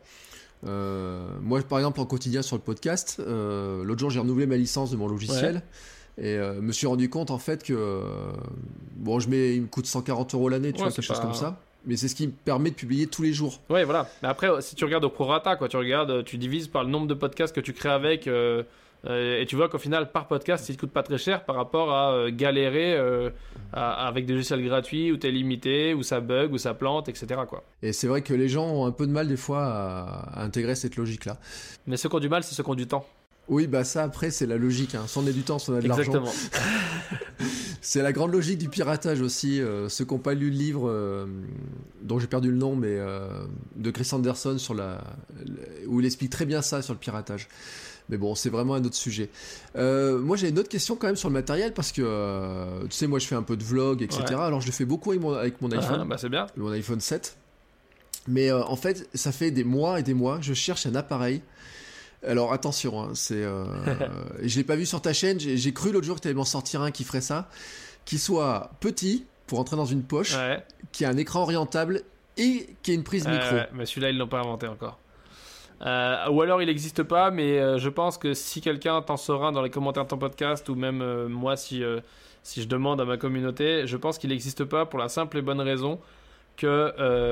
Moi par exemple en quotidien sur le podcast, l'autre jour j'ai renouvelé ma licence de mon logiciel. Et me suis rendu compte en fait que bon, il me coûte 140 euros l'année, tu vois, quelque chose comme ça. Mais c'est ce qui me permet de publier tous les jours. Ouais, voilà. Mais après, si tu regardes au prorata, quoi, tu divises par le nombre de podcasts que tu crées avec, et tu vois qu'au final, par podcast, il te coûte pas très cher par rapport à galérer avec des logiciels gratuits où t'es limité, où ça bug, où ça plante, etc., quoi. Et c'est vrai que les gens ont un peu de mal des fois à intégrer cette logique-là. Mais ceux qui ont du mal, c'est ceux qui ont du temps. Oui, bah ça après c'est la logique, hein. Soit on a du temps, soit on a de l'argent. Exactement. C'est la grande logique du piratage aussi. Ceux qui n'ont pas lu le livre, dont j'ai perdu le nom, mais de Chris Anderson, où il explique très bien ça sur le piratage. Mais bon, c'est vraiment un autre sujet. Moi j'ai une autre question quand même sur le matériel, parce que tu sais, moi je fais un peu de vlog, etc. Ouais. Alors je le fais beaucoup avec mon iPhone, Bah c'est bien. mon iPhone 7. Mais en fait, ça fait des mois et des mois, je cherche un appareil. Alors attention, hein, je l'ai pas vu sur ta chaîne, j'ai cru l'autre jour que tu allais m'en sortir un qui ferait ça, qui soit petit pour entrer dans une poche, qui a un écran orientable et qui a une prise micro. Mais celui-là ils l'ont pas inventé encore. Ou alors il n'existe pas, mais je pense que si quelqu'un t'en saura dans les commentaires de ton podcast, ou même moi si je demande à ma communauté, je pense qu'il n'existe pas pour la simple et bonne raison que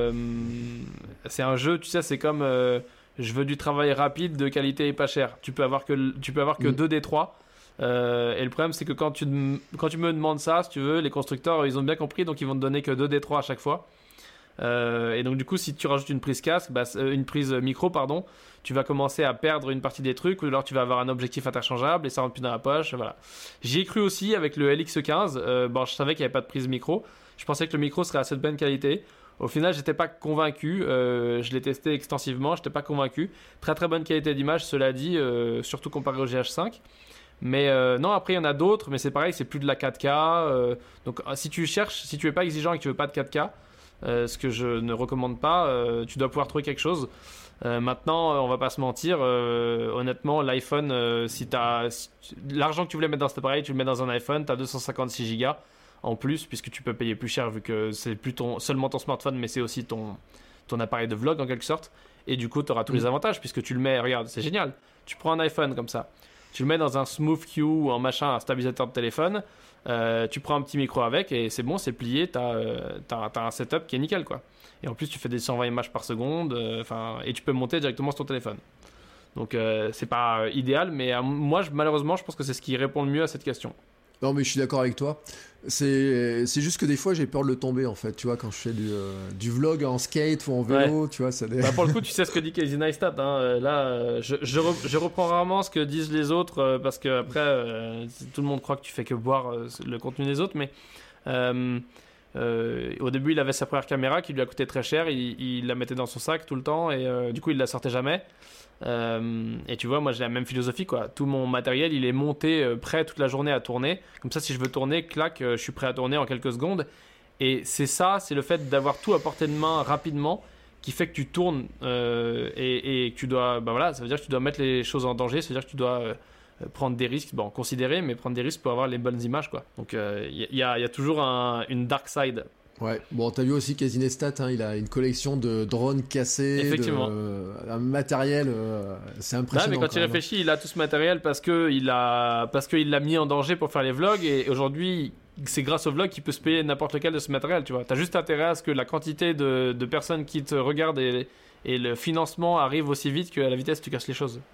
c'est un jeu, tu sais, c'est comme je veux du travail rapide, de qualité et pas cher. Tu peux avoir que 2 des 3. Et le problème, c'est que quand tu me demandes ça, si tu veux, les constructeurs, ils ont bien compris, donc ils vont te donner que 2 des 3 à chaque fois. Et donc du coup, si tu rajoutes une prise une prise micro, pardon, tu vas commencer à perdre une partie des trucs, ou alors tu vas avoir un objectif interchangeable et ça rentre plus dans la poche. Voilà. J'y ai cru aussi avec le LX15. Bon, je savais qu'il n'y avait pas de prise micro. Je pensais que le micro serait assez de bonne qualité. Au final, j'étais pas convaincu. Je l'ai testé extensivement, j'étais pas convaincu. Très très bonne qualité d'image, cela dit, surtout comparé au GH5. Mais non, après il y en a d'autres, mais c'est pareil, c'est plus de la 4K. Donc si tu es pas exigeant et que tu veux pas de 4K, ce que je ne recommande pas, tu dois pouvoir trouver quelque chose. Maintenant, on va pas se mentir, honnêtement, l'iPhone, l'argent que tu voulais mettre dans cet appareil, tu le mets dans un iPhone, tu as 256 Go en plus, puisque tu peux payer plus cher vu que c'est plus seulement ton smartphone, mais c'est aussi ton appareil de vlog en quelque sorte. Et du coup, tu auras tous les avantages, puisque tu le mets, regarde, c'est génial. Tu prends un iPhone comme ça, tu le mets dans un SmoothQ ou un machin, un stabilisateur de téléphone, tu prends un petit micro avec et c'est bon, c'est plié, t'as un setup qui est nickel, quoi. Et en plus, tu fais des 120 images par seconde, et tu peux monter directement sur ton téléphone. Donc, c'est pas idéal, mais moi, malheureusement, je pense que c'est ce qui répond le mieux à cette question. Non, mais je suis d'accord avec toi. C'est juste que des fois, j'ai peur de le tomber, en fait. Tu vois, quand je fais du vlog en skate ou en vélo, tu vois, ça... Pour le coup, tu sais ce que dit Casey Neistat. Hein. Là, je reprends rarement ce que disent les autres, parce que après, tout le monde croit que tu fais que boire le contenu des autres, mais... au début, il avait sa première caméra qui lui a coûté très cher. Il la mettait dans son sac tout le temps et du coup, il la sortait jamais. Et tu vois, moi j'ai la même philosophie, quoi. Tout mon matériel il est monté prêt toute la journée à tourner. Comme ça, si je veux tourner, clac, je suis prêt à tourner en quelques secondes. Et c'est le fait d'avoir tout à portée de main rapidement qui fait que tu tournes et que tu dois, ça veut dire que tu dois mettre les choses en danger. Ça veut dire que tu dois prendre des risques, considérer, mais prendre des risques pour avoir les bonnes images, quoi. Donc il y a toujours une dark side. Ouais, bon, t'as vu aussi Casey Neistat, hein, il a une collection de drones cassés, effectivement, un matériel, c'est impressionnant. Non, mais quand il réfléchit, il a tout ce matériel parce qu'il l'a mis en danger pour faire les vlogs, et aujourd'hui, c'est grâce au vlog qu'il peut se payer n'importe lequel de ce matériel, tu vois. T'as juste intérêt à ce que la quantité de personnes qui te regardent et le financement arrive aussi vite qu'à la vitesse où tu casses les choses.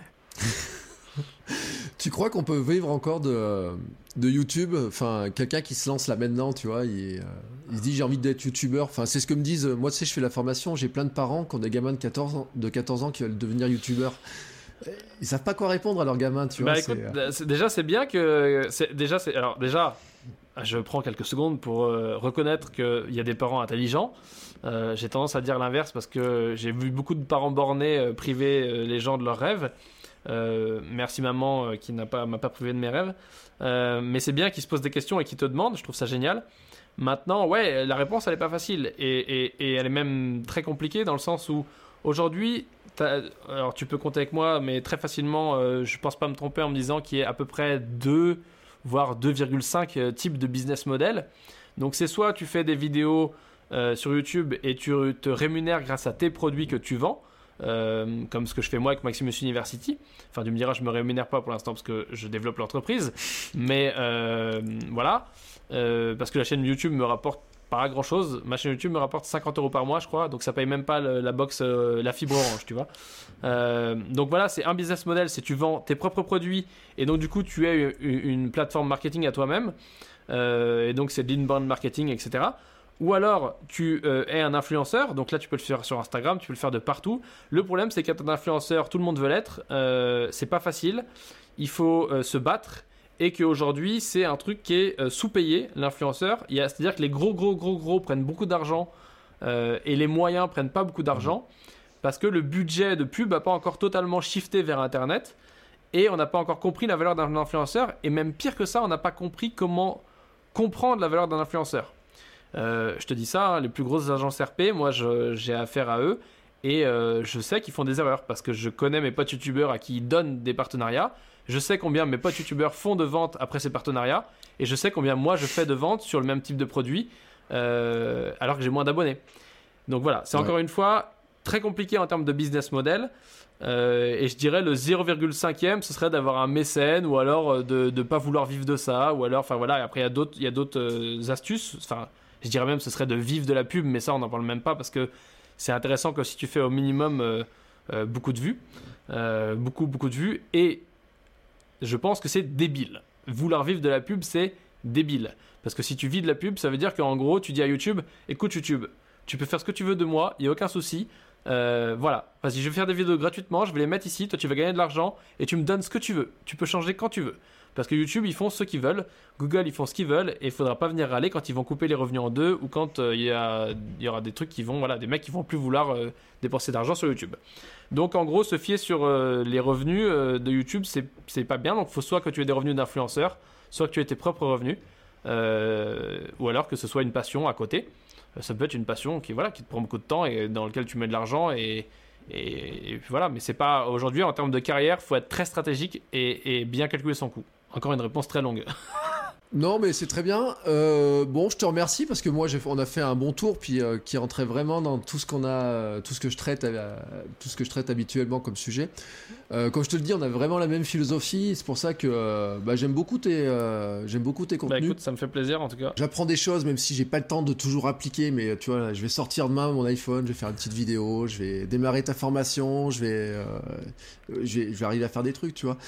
Tu crois qu'on peut vivre encore de YouTube? Enfin, quelqu'un qui se lance là maintenant, tu vois, il se dit j'ai envie d'être youtubeur. Enfin, c'est ce que me disent. Moi, tu sais, je fais la formation, j'ai plein de parents qui ont des gamins de 14 ans qui veulent devenir youtubeurs. Ils savent pas quoi répondre à leurs gamins, tu vois. Écoute, déjà, c'est bien que. Alors, déjà, je prends quelques secondes pour reconnaître qu'il y a des parents intelligents. J'ai tendance à dire l'inverse parce que j'ai vu beaucoup de parents bornés priver les gens de leurs rêves. Merci maman qui m'a pas privé de mes rêves, mais c'est bien qu'ils se posent des questions et qu'ils te demandent, je trouve ça génial. Maintenant, ouais, la réponse elle est pas facile et elle est même très compliquée dans le sens où aujourd'hui, alors tu peux compter avec moi, mais très facilement, je pense pas me tromper en me disant qu'il y a à peu près 2 voire 2,5 types de business model. Donc c'est soit tu fais des vidéos sur YouTube et tu te rémunères grâce à tes produits que tu vends, comme ce que je fais moi avec Maximus University. Enfin, tu me diras, je me rémunère pas pour l'instant parce que je développe l'entreprise, mais voilà, parce que la chaîne YouTube me rapporte pas grand chose. Ma chaîne YouTube me rapporte 50 € par mois, je crois, donc ça paye même pas la box, la fibre Orange, tu vois. Donc voilà, c'est un business model, c'est tu vends tes propres produits et donc du coup tu es une plateforme marketing à toi-même, et donc c'est de l'inbound marketing, etc. Ou alors tu es un influenceur, donc là tu peux le faire sur Instagram, tu peux le faire de partout. Le problème c'est qu'être un influenceur, tout le monde veut l'être, c'est pas facile, il faut se battre, et qu'aujourd'hui c'est un truc qui est sous-payé, l'influenceur. C'est-à-dire que les gros prennent beaucoup d'argent et les moyens prennent pas beaucoup d'argent parce que le budget de pub n'a pas encore totalement shifté vers Internet et on n'a pas encore compris la valeur d'un influenceur, et même pire que ça, on n'a pas compris comment comprendre la valeur d'un influenceur. Je te dis ça, hein, les plus grosses agences RP, moi j'ai affaire à eux et je sais qu'ils font des erreurs parce que je connais mes potes youtubeurs à qui ils donnent des partenariats. Je sais combien mes potes youtubeurs font de ventes après ces partenariats et je sais combien moi je fais de ventes sur le même type de produit alors que j'ai moins d'abonnés. Donc voilà, c'est encore une fois très compliqué en termes de business model. Et je dirais le 0,5e ce serait d'avoir un mécène ou alors de ne pas vouloir vivre de ça, ou alors enfin voilà, après il y a d'autres astuces, enfin je dirais même ce serait de vivre de la pub, mais ça on n'en parle même pas parce que c'est intéressant que si tu fais au minimum beaucoup de vues, beaucoup de vues, et je pense que c'est débile. Vouloir vivre de la pub, c'est débile. Parce que si tu vis de la pub, ça veut dire qu'en gros, tu dis à YouTube, écoute YouTube, tu peux faire ce que tu veux de moi, il n'y a aucun souci. Voilà, vas-y, je vais faire des vidéos gratuitement, je vais les mettre ici, toi tu vas gagner de l'argent et tu me donnes ce que tu veux. Tu peux changer quand tu veux. Parce que YouTube, ils font ce qu'ils veulent, Google, ils font ce qu'ils veulent, et il ne faudra pas venir râler quand ils vont couper les revenus en deux ou quand il y aura des trucs qui vont, voilà, des mecs qui vont plus vouloir dépenser d'argent sur YouTube. Donc en gros, se fier sur les revenus de YouTube, c'est pas bien. Donc il faut soit que tu aies des revenus d'influenceur, soit que tu aies tes propres revenus, ou alors que ce soit une passion à côté. Ça peut être une passion qui te prend beaucoup de temps et dans lequel tu mets de l'argent et puis voilà. Mais c'est pas, aujourd'hui, en termes de carrière, il faut être très stratégique et bien calculer son coût. Encore une réponse très longue. Non, mais c'est très bien. Bon, je te remercie parce que moi, on a fait un bon tour, puis qui rentrait vraiment dans tout ce que je traite habituellement comme sujet. Comme je te le dis, on a vraiment la même philosophie. C'est pour ça que j'aime beaucoup tes contenus. Bah écoute, ça me fait plaisir en tout cas. J'apprends des choses, même si j'ai pas le temps de toujours appliquer. Mais tu vois, je vais sortir demain mon iPhone, je vais faire une petite vidéo, je vais démarrer ta formation, je vais arriver à faire des trucs, tu vois.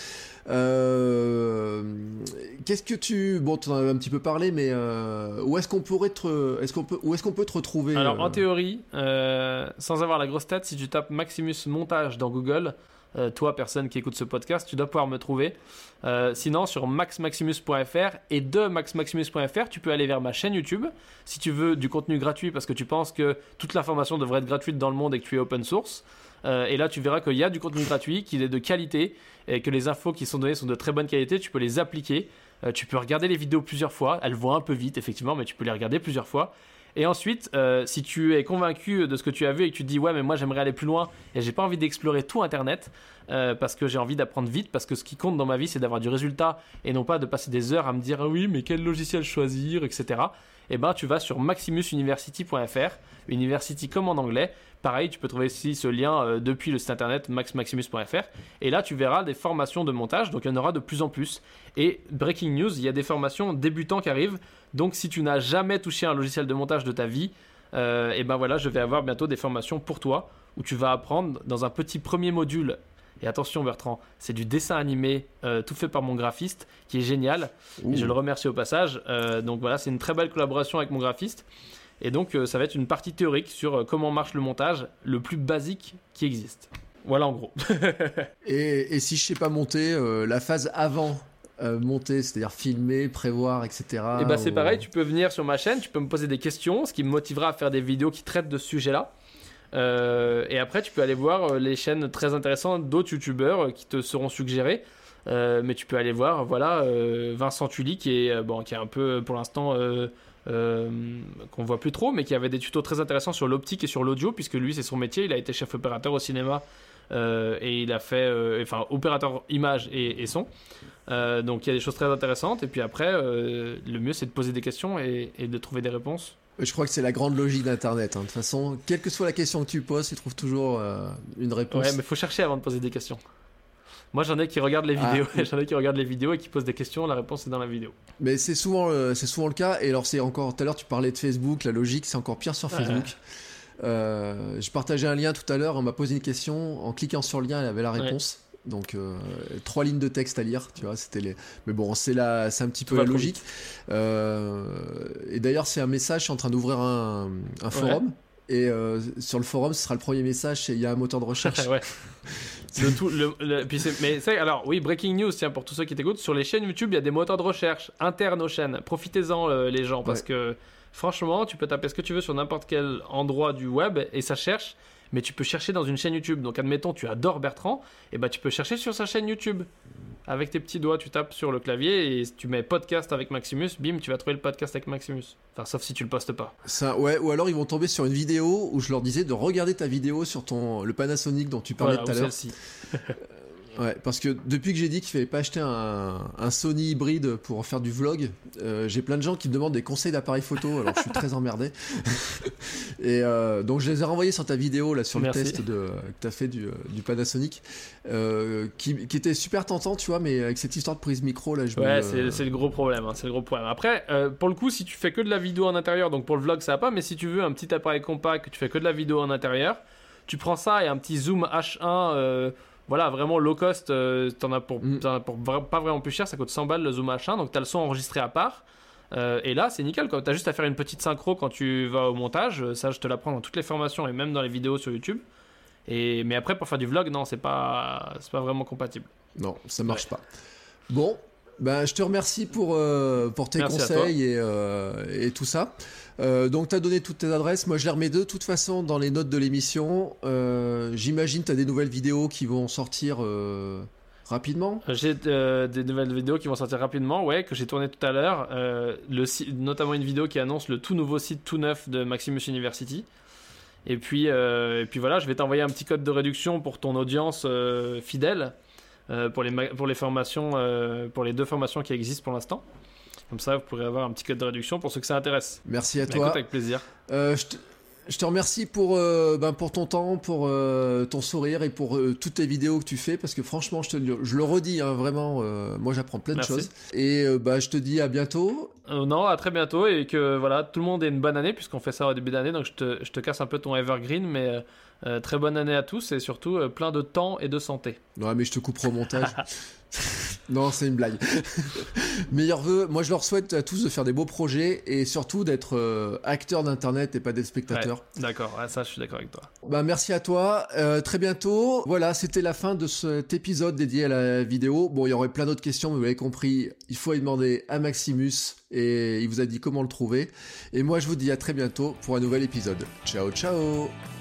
Qu'est-ce que tu... Bon, tu en as un petit peu parlé, mais où est-ce qu'on peut te retrouver? Alors, en théorie, sans avoir la grosse tête, si tu tapes Maximus Montage dans Google, toi, personne qui écoute ce podcast, tu dois pouvoir me trouver. Sinon, sur maxmaximus.fr, et de maxmaximus.fr, tu peux aller vers ma chaîne YouTube si tu veux du contenu gratuit parce que tu penses que toute l'information devrait être gratuite dans le monde et que tu es open source. Et là, tu verras qu'il y a du contenu gratuit, qu'il est de qualité et que les infos qui sont données sont de très bonne qualité. Tu peux les appliquer. Tu peux regarder les vidéos plusieurs fois. Elles vont un peu vite, effectivement, mais tu peux les regarder plusieurs fois. Et ensuite, si tu es convaincu de ce que tu as vu et que tu te dis « Ouais, mais moi, j'aimerais aller plus loin et j'ai pas envie d'explorer tout Internet parce que j'ai envie d'apprendre vite, parce que ce qui compte dans ma vie, c'est d'avoir du résultat et non pas de passer des heures à me dire « Ah oui, mais quel logiciel choisir, etc. » Eh ben, tu vas sur maximusuniversity.fr, University comme en anglais. Pareil, tu peux trouver ici ce lien depuis le site internet maxmaximus.fr. Et là, tu verras des formations de montage. Donc, il y en aura de plus en plus. Et breaking news, il y a des formations débutants qui arrivent. Donc, si tu n'as jamais touché un logiciel de montage de ta vie, et ben voilà, je vais avoir bientôt des formations pour toi où tu vas apprendre dans un petit premier module. Et attention Bertrand, c'est du dessin animé tout fait par mon graphiste qui est génial. Ouh. Et je le remercie au passage. Donc voilà, c'est une très belle collaboration avec mon graphiste. Et donc ça va être une partie théorique sur comment marche le montage le plus basique qui existe. Voilà en gros. et si je sais pas monter, la phase avant monter, c'est-à-dire filmer, prévoir, etc. Et bah c'est pareil, tu peux venir sur ma chaîne, tu peux me poser des questions, ce qui me motivera à faire des vidéos qui traitent de ce sujet-là. Et après tu peux aller voir les chaînes très intéressantes d'autres youtubeurs qui te seront suggérés, mais tu peux aller voir Vincent Tully qui est un peu pour l'instant qu'on voit plus trop, mais qui avait des tutos très intéressants sur l'optique et sur l'audio puisque lui c'est son métier, il a été chef opérateur au cinéma et il a fait opérateur image et son. Donc il y a des choses très intéressantes, et puis après le mieux c'est de poser des questions et de trouver des réponses. Je crois que c'est la grande logique d'Internet. De toute façon, quelle que soit la question que tu poses, tu trouves toujours une réponse. Ouais, mais faut chercher avant de poser des questions. Moi, j'en ai qui regardent les vidéos, et qui posent des questions. La réponse est dans la vidéo. Mais c'est souvent le cas. Et alors, c'est encore tout à l'heure, tu parlais de Facebook. La logique, c'est encore pire sur Facebook. Je partageais un lien tout à l'heure. On m'a posé une question. En cliquant sur le lien, elle avait la réponse. Donc 3 lignes de texte à lire, tu vois, c'était les. Mais bon, c'est un petit peu la logique. Et d'ailleurs, c'est un message. Je suis en train d'ouvrir un forum. Et sur le forum, ce sera le premier message. Il y a un moteur de recherche. Ouais. Alors oui, breaking news, tiens, pour tous ceux qui t'écoutent, sur les chaînes YouTube, il y a des moteurs de recherche internes aux chaînes. Profitez-en, les gens, parce que franchement, tu peux taper ce que tu veux sur n'importe quel endroit du web et ça cherche. Mais tu peux chercher dans une chaîne YouTube. Donc admettons, tu adores Bertrand, et tu peux chercher sur sa chaîne YouTube. Avec tes petits doigts, tu tapes sur le clavier et tu mets podcast avec Maximus, bim, tu vas trouver le podcast avec Maximus. Enfin, sauf si tu le postes pas. Ça, ouais, ou alors ils vont tomber sur une vidéo où je leur disais de regarder ta vidéo sur le Panasonic dont tu parlais tout à l'heure. Celle-ci. Ouais, parce que depuis que j'ai dit qu'il fallait pas acheter un Sony hybride pour faire du vlog, j'ai plein de gens qui me demandent des conseils d'appareil photo, alors je suis très emmerdé. Et donc je les ai renvoyés sur ta vidéo là sur le test que t'as fait du Panasonic, qui était super tentant, tu vois, mais avec cette histoire de prise micro là, c'est le gros problème. Hein, c'est le gros problème. Après, pour le coup, si tu fais que de la vidéo en intérieur, donc pour le vlog ça va pas, mais si tu veux un petit appareil compact, que tu fais que de la vidéo en intérieur, tu prends ça et un petit zoom H1. Voilà, vraiment low cost, t'en as pour pas vraiment plus cher, ça coûte 100 balles le zoom H1, donc t'as le son enregistré à part. Et là, c'est nickel, quoi. T'as juste à faire une petite synchro quand tu vas au montage. Ça, je te l'apprends dans toutes les formations et même dans les vidéos sur YouTube. Mais après, pour faire du vlog, non, c'est pas vraiment compatible. Non, ça marche pas. Bon, je te remercie pour tes conseils et tout ça. Donc t'as donné toutes tes adresses, moi je les remets de toute façon dans les notes de l'émission. J'imagine t'as des nouvelles vidéos qui vont sortir rapidement. J'ai des nouvelles vidéos qui vont sortir rapidement, que j'ai tourné tout à l'heure, notamment une vidéo qui annonce le tout nouveau site tout neuf de Maximus University. Et puis voilà, je vais t'envoyer un petit code de réduction pour ton audience fidèle, pour les formations, pour les 2 formations qui existent pour l'instant. Comme ça, vous pourrez avoir un petit code de réduction pour ceux que ça intéresse. Merci à toi. Écoute, avec plaisir. Je te remercie pour ton temps, pour ton sourire et pour toutes tes vidéos que tu fais, parce que franchement, je le redis, hein, vraiment, moi j'apprends plein de choses. Et je te dis à bientôt. Non, à très bientôt, et que voilà, tout le monde ait une bonne année, puisqu'on fait ça au début d'année, donc je te casse un peu ton evergreen, mais très bonne année à tous, et surtout plein de temps et de santé. Ouais, mais je te couperai au montage. Non, c'est une blague. Meilleurs vœux. Moi, je leur souhaite à tous de faire des beaux projets et surtout d'être acteurs d'internet et pas des spectateurs. Ouais, d'accord, ça, je suis d'accord avec toi. Merci à toi. Très bientôt. Voilà, c'était la fin de cet épisode dédié à la vidéo. Bon, il y aurait plein d'autres questions, mais vous l'avez compris, il faut y demander à Maximus et il vous a dit comment le trouver. Et moi, je vous dis à très bientôt pour un nouvel épisode. Ciao, ciao.